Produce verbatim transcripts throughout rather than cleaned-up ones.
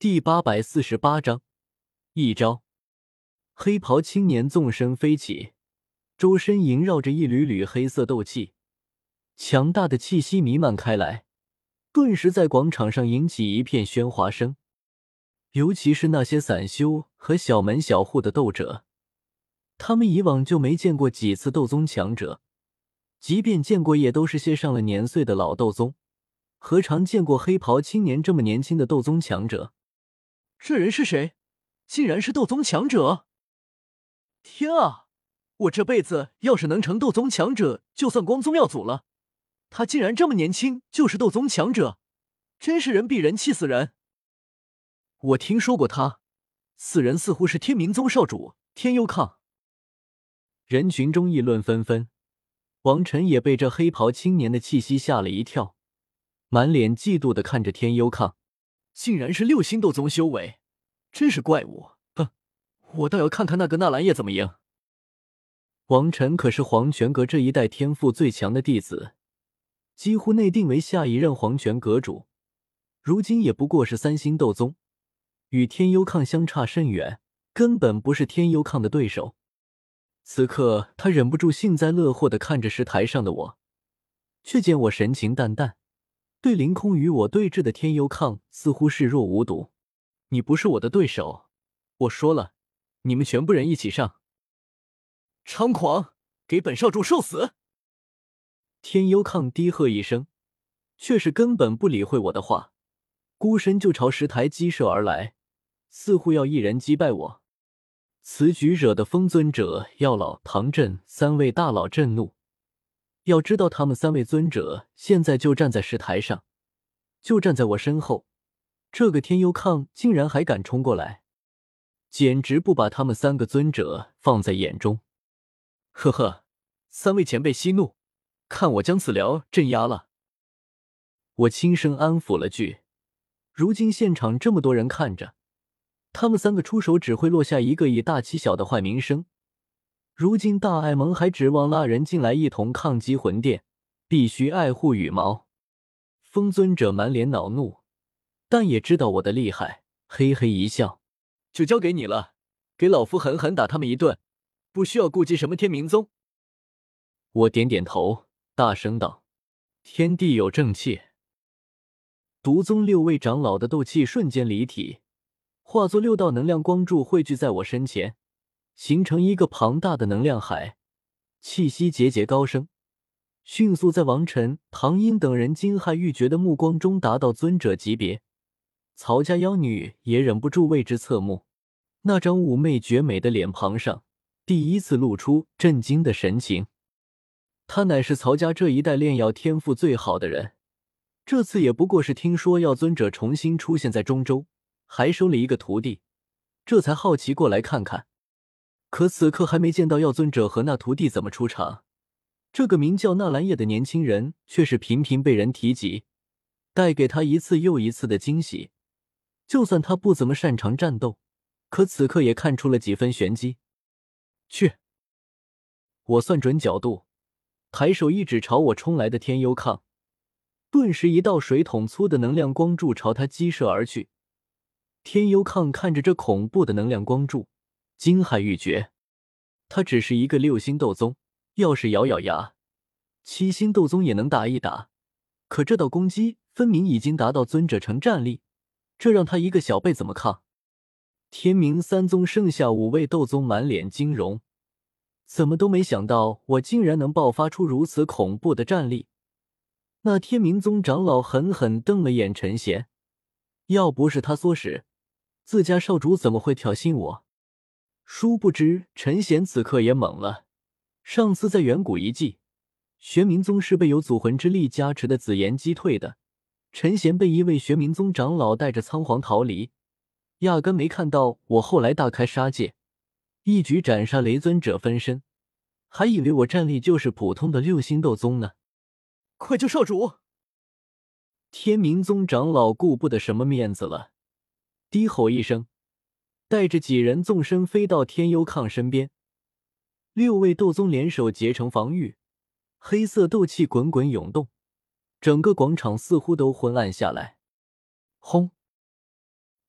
第八百四十八章，一招。黑袍青年纵身飞起，周身萦绕着一缕缕黑色斗气，强大的气息弥漫开来，顿时在广场上引起一片喧哗声。尤其是那些散修和小门小户的斗者，他们以往就没见过几次斗宗强者，即便见过也都是些上了年岁的老斗宗，何尝见过黑袍青年这么年轻的斗宗强者？ 这人是谁？竟然是斗宗强者！天啊，我这辈子要是能成斗宗强者，就算光宗耀祖了。他竟然这么年轻就是斗宗强者，真是人比人气死人。我听说过他，此人似乎是天明宗少主天幽抗。 人群中议论纷纷，王晨也被这黑袍青年的气息吓了一跳，满脸嫉妒地看着天幽抗。 竟然是六星斗宗修为，真是怪物！哼，我倒要看看那个纳兰叶怎么赢。 王晨可是黄泉阁这一代天赋最强的弟子，几乎内定为下一任黄泉阁主，如今也不过是三星斗宗，与天幽抗相差甚远，根本不是天幽抗的对手。此刻他忍不住幸灾乐祸地看着石台上的我，却见我神情淡淡，对凌空与我对峙的天幽抗似乎视若无睹。 你不是我的对手，我说了，你们全部人一起上。猖狂，给本少主受死！ 天幽抗低喝一声，却是根本不理会我的话，孤身就朝石台激射而来，似乎要一人击败我。此举惹得风尊者、药老、唐震三位大佬震怒。要知道他们三位尊者现在就站在石台上，就站在我身后，这个天幽抗竟然还敢冲过来，简直不把他们三个尊者放在眼中。 呵呵，三位前辈息怒，看我将此辽镇压了。 我轻声安抚了句，如今现场这么多人看着，他们三个出手只会落下一个以大欺小的坏名声。如今大爱盟还指望拉人进来一同抗击魂殿，必须爱护羽毛。风尊者满脸恼怒，但也知道我的厉害，嘿嘿一笑， 就交给你了，给老夫狠狠打他们一顿，不需要顾及什么天明宗。 我点点头，大声道：天地有正气。毒宗六位长老的斗气瞬间离体，化作六道能量光柱汇聚在我身前，形成一个庞大的能量海，气息节节高升，迅速在王晨、唐英等人惊骇欲绝的目光中达到尊者级别。曹家妖女也忍不住为之侧目，那张妩媚绝美的脸庞上第一次露出震惊的神情。她乃是曹家这一代炼药天赋最好的人，这次也不过是听说药尊者重新出现在中州，还收了一个徒弟，这才好奇过来看看。可此刻还没见到药尊者和那徒弟怎么出场，这个名叫纳兰叶的年轻人却是频频被人提及，带给他一次又一次的惊喜。就算他不怎么擅长战斗，可此刻也看出了几分玄机。去！我算准角度，抬手一指朝我冲来的天幽抗，顿时一道水桶粗的能量光柱朝他激射而去。天幽抗看着这恐怖的能量光柱，惊骇欲绝。他只是一个六星斗宗，要是咬咬牙，七星斗宗也能打一打，可这道攻击分明已经达到尊者城战力，这让他一个小辈怎么抗？天明三宗剩下五位斗宗满脸惊容，怎么都没想到我竟然能爆发出如此恐怖的战力。那天明宗长老狠狠瞪了眼陈贤，要不是他唆使，自家少主怎么会挑衅我？殊不知陈贤此刻也懵了，上次在远古遗迹，玄冥宗是被有祖魂之力加持的紫炎击退的，陈贤被一位玄冥宗长老带着仓皇逃离，压根没看到我后来大开杀戒，一举斩杀雷尊者分身，还以为我战力就是普通的六星斗宗呢。 快救少主！ 天明宗长老顾不得什么面子了，低吼一声，带着几人纵身飞到天幽抗身边。六位斗宗联手结成防御，黑色斗气滚滚涌动，整个广场似乎都昏暗下来。轰！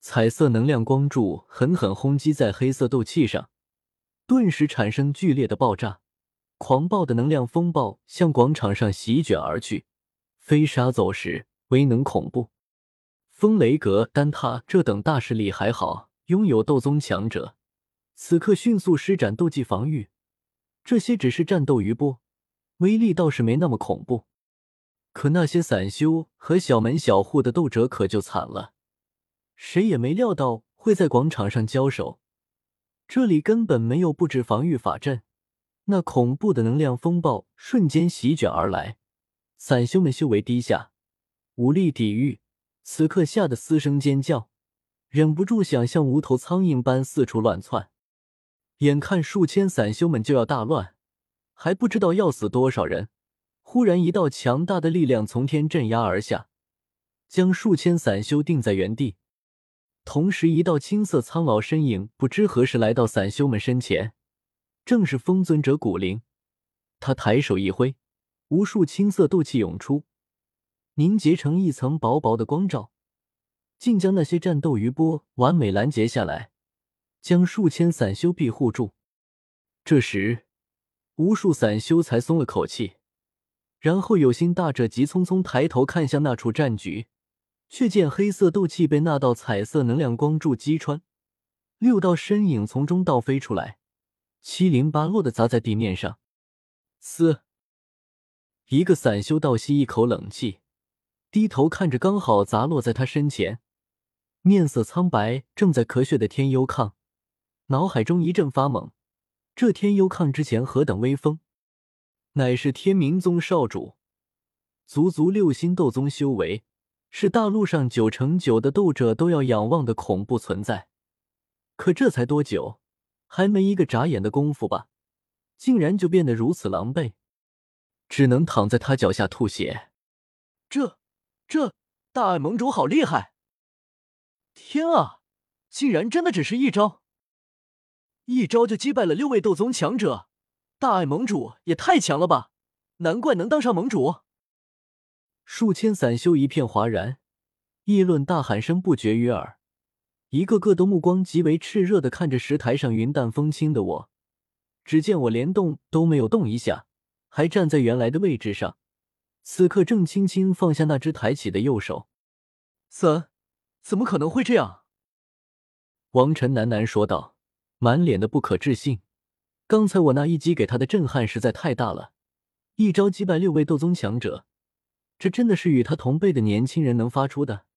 彩色能量光柱狠狠轰击在黑色斗气上，顿时产生剧烈的爆炸，狂暴的能量风暴向广场上席卷而去，飞沙走石，威能恐怖。风雷阁、丹塔这等大势力还好，拥有斗宗强者，此刻迅速施展斗技防御，这些只是战斗余波，威力倒是没那么恐怖。可那些散修和小门小户的斗者可就惨了，谁也没料到会在广场上交手，这里根本没有布置防御法阵，那恐怖的能量风暴瞬间席卷而来，散修们修为低下，无力抵御，此刻吓得嘶声尖叫，忍不住想像无头苍蝇般四处乱窜。眼看数千散修们就要大乱，还不知道要死多少人，忽然一道强大的力量从天镇压而下，将数千散修定在原地。同时一道青色苍老身影不知何时来到散修们身前，正是风尊者古灵。他抬手一挥，无数青色斗气涌出，凝结成一层薄薄的光罩，竟将那些战斗余波完美拦截下来，将数千散修庇护住。这时无数散修才松了口气，然后有心大者急匆匆抬头看向那处战局，却见黑色斗气被那道彩色能量光柱击穿，六道身影从中倒飞出来，七零八落地砸在地面上。嘶！一个散修倒吸一口冷气，低头看着刚好砸落在他身前，面色苍白正在咳血的天幽抗，脑海中一阵发懵，这天幽抗之前何等威风，乃是天明宗少主，足足六星斗宗修为，是大陆上九成九的斗者都要仰望的恐怖存在。可这才多久，还没一个眨眼的功夫吧，竟然就变得如此狼狈，只能躺在他脚下吐血。 这这大爱盟主好厉害！天啊，竟然真的只是一招，一招就击败了六位斗宗强者，大爱盟主也太强了吧，难怪能当上盟主。 数千散修一片哗然，议论大喊声不绝于耳，一个个都目光极为炽热地看着石台上云淡风轻的我。只见我连动都没有动一下，还站在原来的位置上，此刻正轻轻放下那只抬起的右手。 怎怎么可能会这样？ 王晨喃喃说道，满脸的不可置信。刚才我那一击给他的震撼实在太大了，一招击败六位斗宗强者，这真的是与他同辈的年轻人能发出的？